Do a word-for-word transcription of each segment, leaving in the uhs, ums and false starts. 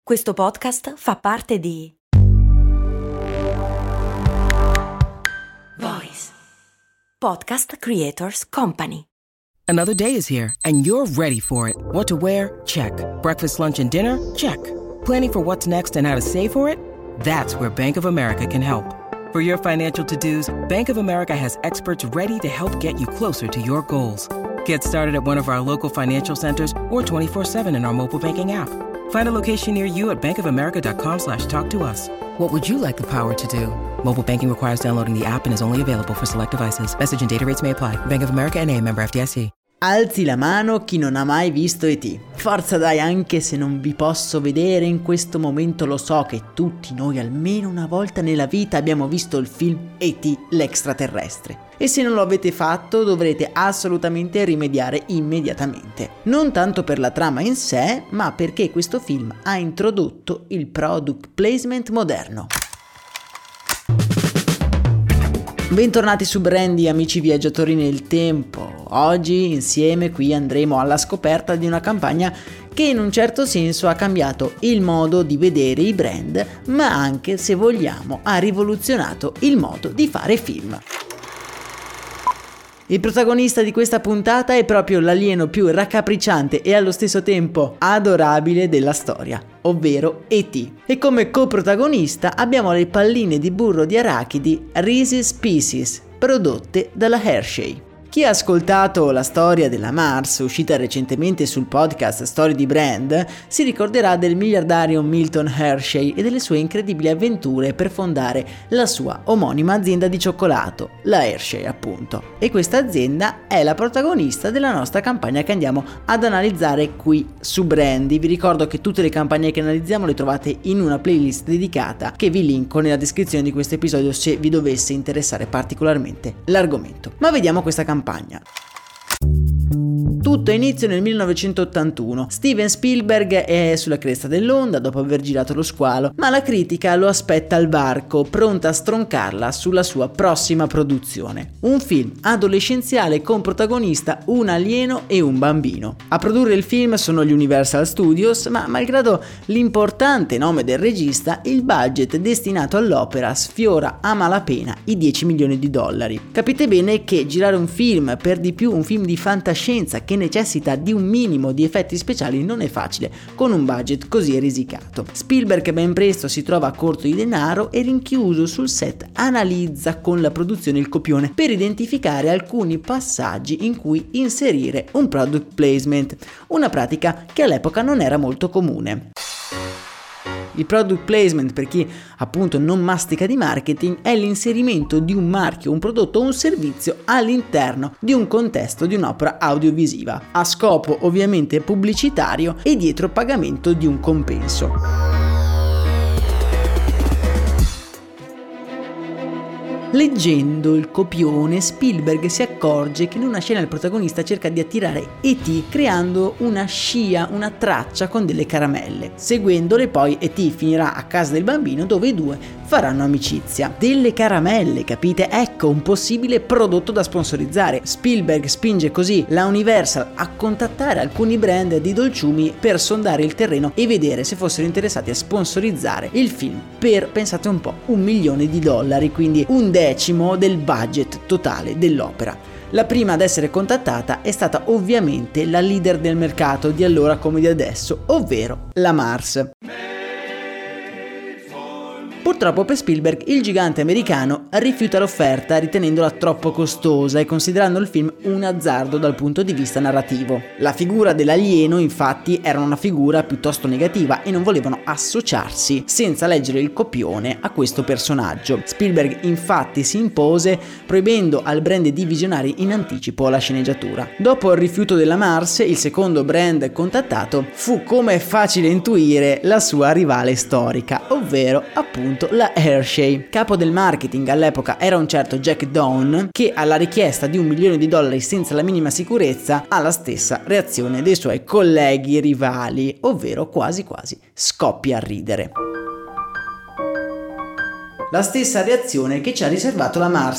Questo podcast fa parte di Voice Podcast Creators Company. Another day is here, and you're ready for it. What to wear? Check. Breakfast, lunch, and dinner? Check. Planning for what's next and how to save for it? That's where Bank of America can help. For your financial to-dos, Bank of America has experts ready to help get you closer to your goals. Get started at one of our local financial centers or twenty-four seven in our mobile banking app. Find a location near you at bankofamerica.com slash talk to us. What would you like the power to do? Mobile banking requires downloading the app and is only available for select devices. Message and data rates may apply. Bank of America N A, member F D I C. Alzi la mano chi non ha mai visto E T. Forza dai, anche se non vi posso vedere in questo momento, lo so che tutti noi almeno una volta nella vita abbiamo visto il film E T l'extraterrestre. E se non lo avete fatto dovrete assolutamente rimediare immediatamente. Non tanto per la trama in sé, ma perché questo film ha introdotto il product placement moderno. Bentornati su Brandy, amici viaggiatori nel tempo. Oggi insieme qui andremo alla scoperta di una campagna che in un certo senso ha cambiato il modo di vedere i brand, ma anche, se vogliamo, ha rivoluzionato il modo di fare film. Il protagonista di questa puntata è proprio l'alieno più raccapricciante e allo stesso tempo adorabile della storia, ovvero E T. E come coprotagonista abbiamo le palline di burro di arachidi Reese's Pieces, prodotte dalla Hershey. Chi ha ascoltato la storia della Mars, uscita recentemente sul podcast Storie di Brand, si ricorderà del miliardario Milton Hershey e delle sue incredibili avventure per fondare la sua omonima azienda di cioccolato, la Hershey appunto. E questa azienda è la protagonista della nostra campagna che andiamo ad analizzare qui su Brandy. Vi ricordo che tutte le campagne che analizziamo le trovate in una playlist dedicata che vi linko nella descrizione di questo episodio se vi dovesse interessare particolarmente l'argomento. Ma vediamo questa campagna. Tutto inizia nel millenovecentottantuno. Steven Spielberg è sulla cresta dell'onda dopo aver girato Lo Squalo, ma la critica lo aspetta al varco, pronta a stroncarla sulla sua prossima produzione. Un film adolescenziale con protagonista un alieno e un bambino. A produrre il film sono gli Universal Studios, ma malgrado l'importante nome del regista, il budget destinato all'opera sfiora a malapena i dieci milioni di dollari. Capite bene che girare un film, per di più un film di fantascienza che necessita di un minimo di effetti speciali, non è facile con un budget così risicato. Spielberg ben presto si trova a corto di denaro e, rinchiuso sul set, analizza con la produzione il copione per identificare alcuni passaggi in cui inserire un product placement, una pratica che all'epoca non era molto comune. Il product placement, per chi appunto non mastica di marketing, è l'inserimento di un marchio, un prodotto o un servizio all'interno di un contesto di un'opera audiovisiva, a scopo ovviamente pubblicitario e dietro pagamento di un compenso. Leggendo il copione, Spielberg si accorge che in una scena il protagonista cerca di attirare E T creando una scia, una traccia con delle caramelle. Seguendole poi E T finirà a casa del bambino dove i due faranno amicizia. Delle caramelle, capite? Ecco un possibile prodotto da sponsorizzare. Spielberg spinge così la Universal a contattare alcuni brand di dolciumi per sondare il terreno e vedere se fossero interessati a sponsorizzare il film per, pensate un po', un milione di dollari, quindi un decimo del budget totale dell'opera. La prima ad essere contattata è stata ovviamente la leader del mercato di allora come di adesso, ovvero la Mars. Purtroppo per Spielberg il gigante americano rifiuta l'offerta ritenendola troppo costosa e considerando il film un azzardo dal punto di vista narrativo. La figura dell'alieno infatti era una figura piuttosto negativa e non volevano associarsi senza leggere il copione a questo personaggio. Spielberg infatti si impose proibendo al brand di visionare in anticipo la sceneggiatura. Dopo il rifiuto della Mars, il secondo brand contattato fu, come è facile intuire, la sua rivale storica, ovvero appunto la Hershey. Capo del marketing all'epoca era un certo Jack Dawn, che alla richiesta di un milione di dollari senza la minima sicurezza ha la stessa reazione dei suoi colleghi rivali, ovvero quasi quasi scoppia a ridere. La stessa reazione che ci ha riservato la Mars.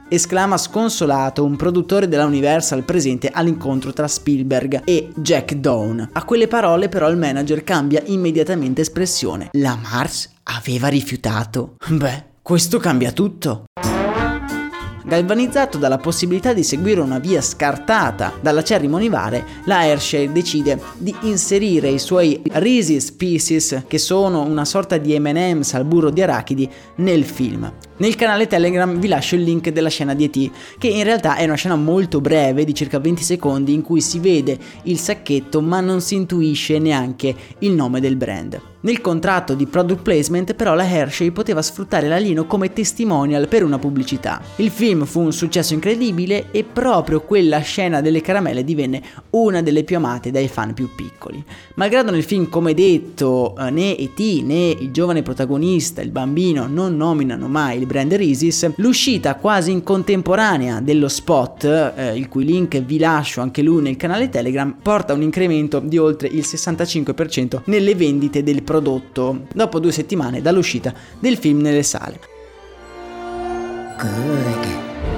esclama sconsolato un produttore della Universal presente all'incontro tra Spielberg e Jack Dawn. A quelle parole però il manager cambia immediatamente espressione. La Mars aveva rifiutato? Beh, questo cambia tutto. Galvanizzato dalla possibilità di seguire una via scartata dall'acerrimo rivale, la Hershey decide di inserire i suoi Reese's Pieces, che sono una sorta di emme and emm's al burro di arachidi, nel film. Nel canale Telegram vi lascio il link della scena di E T, che in realtà è una scena molto breve di circa venti secondi in cui si vede il sacchetto ma non si intuisce neanche il nome del brand. Nel contratto di product placement però la Hershey poteva sfruttare l'alieno come testimonial per una pubblicità. Il film fu un successo incredibile e proprio quella scena delle caramelle divenne una delle più amate dai fan più piccoli. Malgrado nel film, come detto, né E T né il giovane protagonista, il bambino, non nominano mai il brand Reese's, l'uscita quasi in contemporanea dello spot, eh, il cui link vi lascio anche lui nel canale Telegram, porta un incremento di oltre il sessantacinque per cento nelle vendite del prodotto dopo due settimane dall'uscita del film nelle sale. Good.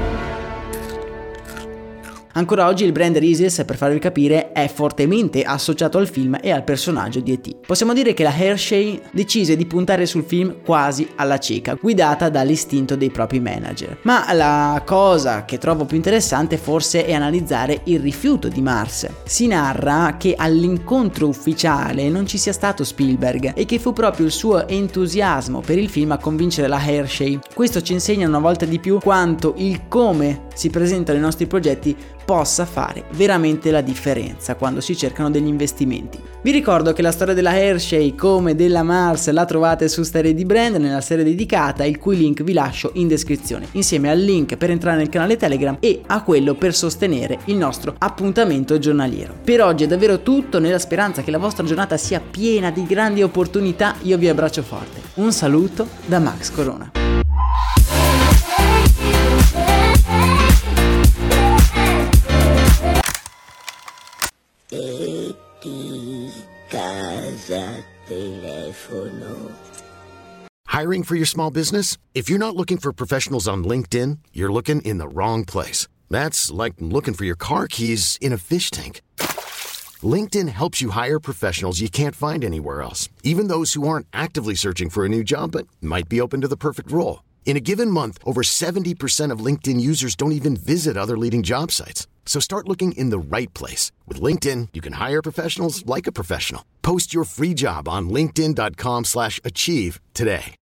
Ancora oggi il brand Reese's, per farvi capire, è fortemente associato al film e al personaggio di E T. Possiamo dire che la Hershey decise di puntare sul film quasi alla cieca, guidata dall'istinto dei propri manager. Ma la cosa che trovo più interessante forse è analizzare il rifiuto di Mars. Si narra che all'incontro ufficiale non ci sia stato Spielberg e che fu proprio il suo entusiasmo per il film a convincere la Hershey. Questo ci insegna una volta di più quanto il come si presentano i nostri progetti possa fare veramente la differenza quando si cercano degli investimenti. Vi ricordo che la storia della Hershey come della Mars la trovate su Storie di Brand nella serie dedicata, il cui link vi lascio in descrizione, insieme al link per entrare nel canale Telegram e a quello per sostenere il nostro appuntamento giornaliero. Per oggi è davvero tutto, nella speranza che la vostra giornata sia piena di grandi opportunità. Io vi abbraccio forte. Un saluto da Max Corona. E T Casa Telefono. Hiring for your small business? If you're not looking for professionals on LinkedIn, you're looking in the wrong place. That's like looking for your car keys in a fish tank. LinkedIn helps you hire professionals you can't find anywhere else, even those who aren't actively searching for a new job but might be open to the perfect role. In a given month, over seventy percent of LinkedIn users don't even visit other leading job sites. So start looking in the right place. With LinkedIn, you can hire professionals like a professional. Post your free job on linkedin dot com slash achieve today.